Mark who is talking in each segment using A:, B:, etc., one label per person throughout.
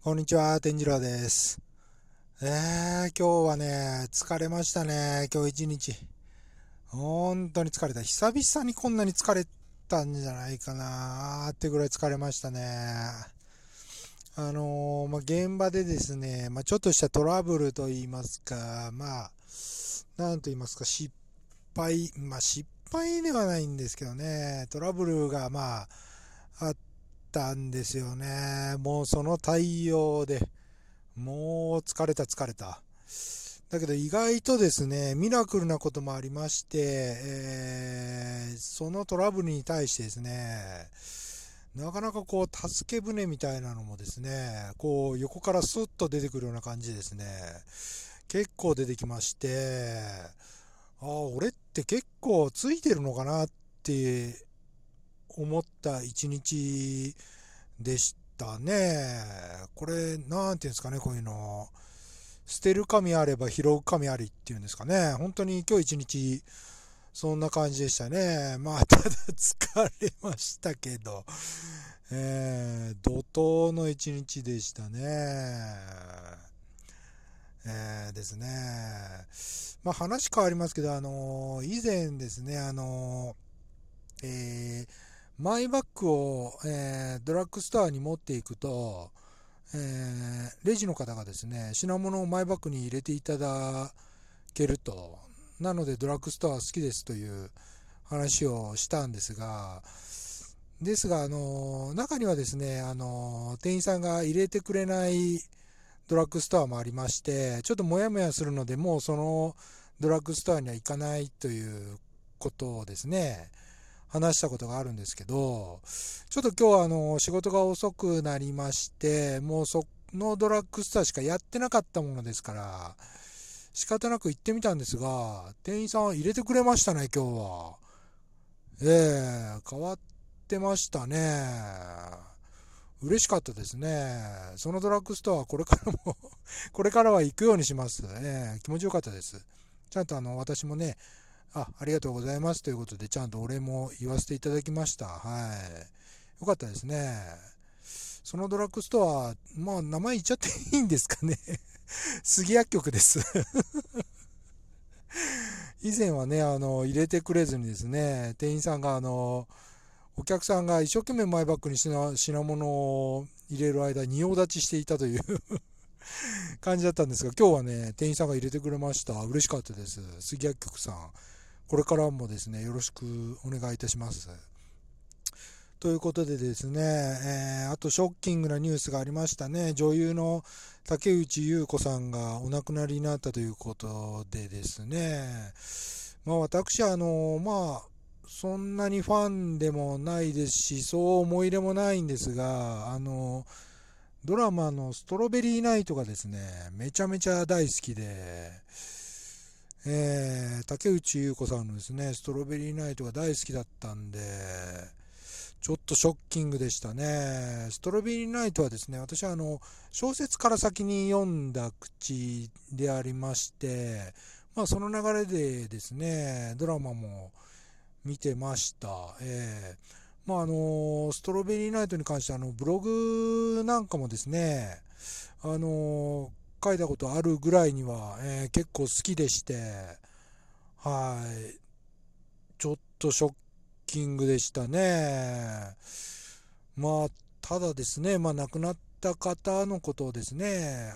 A: こんにちは、天次郎です。今日はね、疲れましたね、今日一日。本当に疲れた。久々にこんなに疲れたんじゃないかなってぐらい疲れましたね。現場でですね、ちょっとしたトラブルと言いますか、なんと言いますか、失敗ではないんですけどね、トラブルがあったんですよね。もうその対応で、もう疲れた。だけど意外とですね、ミラクルなこともありまして、そのトラブルに対してですね、なかなかこう、助け舟みたいなのもですね、こう、横からスッと出てくるような感じでですね、結構出てきまして、俺って結構ついてるのかなって思った一日でしたね。これ、なんていうんですかね、こういうの。捨てる神あれば拾う神ありっていうんですかね。本当に今日一日、そんな感じでしたね。ただ疲れましたけど、怒涛の一日でしたね。ですね。話変わりますけど、以前ですね、マイバッグを、ドラッグストアに持っていくと、レジの方がですね、品物をマイバッグに入れていただけると。なのでドラッグストア好きですという話をしたんですが、中にはですね、店員さんが入れてくれないドラッグストアもありまして、ちょっとモヤモヤするので、もうそのドラッグストアには行かないということをですね、話したことがあるんですけど、ちょっと今日は仕事が遅くなりまして、もうそのドラッグストアしかやってなかったものですから、仕方なく行ってみたんですが、店員さん入れてくれましたね、今日は。変わってましたね。嬉しかったですね。そのドラッグストアはこれからもこれからは行くようにします。気持ちよかったです。ちゃんと私もね、ありがとうございますということで、ちゃんとお礼も言わせていただきました。はい。よかったですね。そのドラッグストア、名前言っちゃっていいんですかね。杉薬局です以前はね、入れてくれずにですね、店員さんがお客さんが一生懸命マイバッグに品物を入れる間に仁王立ちしていたという感じだったんですが、今日はね、店員さんが入れてくれました。嬉しかったです。杉薬局さん。これからもですね、よろしくお願いいたします。ということでですね、あとショッキングなニュースがありましたね。女優の竹内優子さんがお亡くなりになったということでですね、私はそんなにファンでもないですし、そう思い入れもないんですが、ドラマのストロベリーナイトがですね、めちゃめちゃ大好きで、竹内優子さんのですね、ストロベリーナイトが大好きだったんで、ちょっとショッキングでしたね。ストロベリーナイトはですね、私は小説から先に読んだ口でありまして、その流れでですね、ドラマも見てました。ストロベリーナイトに関してブログなんかもですね、あの書いたことあるぐらいには、結構好きでして、はい、ちょっとショッキングでしたね。まあ、ただですね、亡くなった方のことをですね、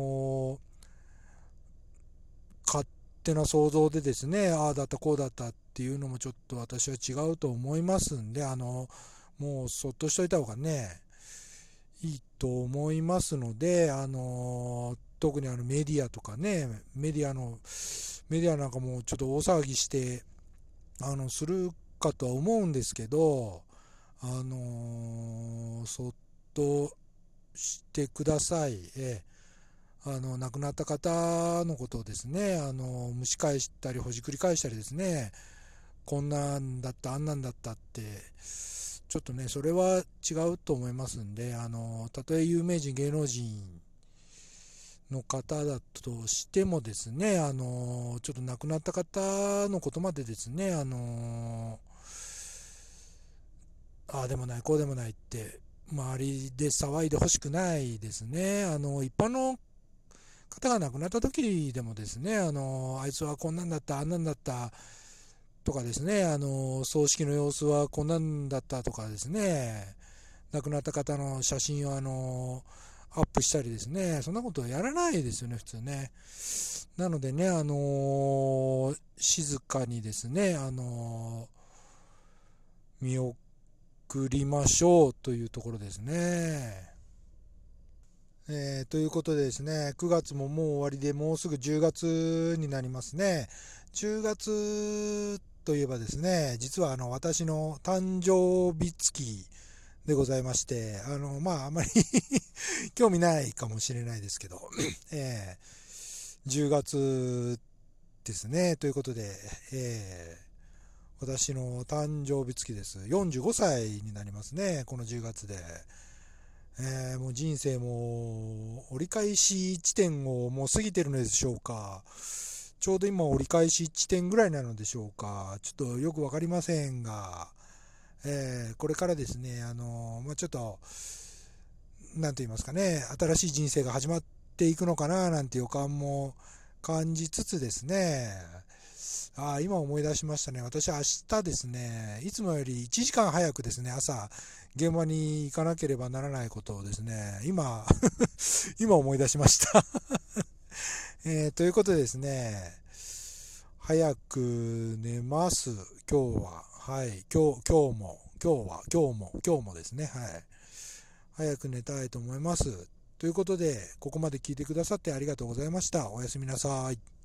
A: 勝手な想像でですね、ああだったこうだったっていうのもちょっと私は違うと思いますんで、もうそっとしといた方がね、いいと思いますので、特にメディアとかね、メディアなんかもちょっと大騒ぎして、するかとは思うんですけど、そっとしてください。亡くなった方のことをですね、蒸し返したりほじくり返したりですね、こんなんだった、あんなんだったって、ちょっとね、それは違うと思いますんで、たとえ有名人、芸能人の方だとしてもですね、ちょっと亡くなった方のことまでですね、ああでもない、こうでもないって、 周りで騒いでほしくないですね。一般の方が亡くなった時でもですね、あいつはこんなんだった、あんなんだったとかですね、葬式の様子はこんなんだったとかですね、亡くなった方の写真をアップしたりですね、そんなことはやらないですよね、普通ね。なのでね、静かにですね、見送りましょうというところですね。ということでですね、9月ももう終わりで、もうすぐ10月になりますね。10月といえばですね、実は私の誕生日月でございまして、あまり興味ないかもしれないですけど、10月ですね。ということで、私の誕生日月です。45歳になりますね、この10月で。もう人生も折り返し地点をもう過ぎてるのでしょうか。ちょうど今折り返し地点ぐらいなのでしょうか。ちょっとよくわかりませんが、これからですね、ちょっと、なんと言いますかね、新しい人生が始まっていくのかななんて予感も感じつつですね、今思い出しましたね。私明日ですね、いつもより1時間早くですね、朝、現場に行かなければならないことをですね、今今思い出しましたということでですね、早く寝ます。今日は。はい。今日もですね。はい。早く寝たいと思います。ということで、ここまで聞いてくださってありがとうございました。おやすみなさい。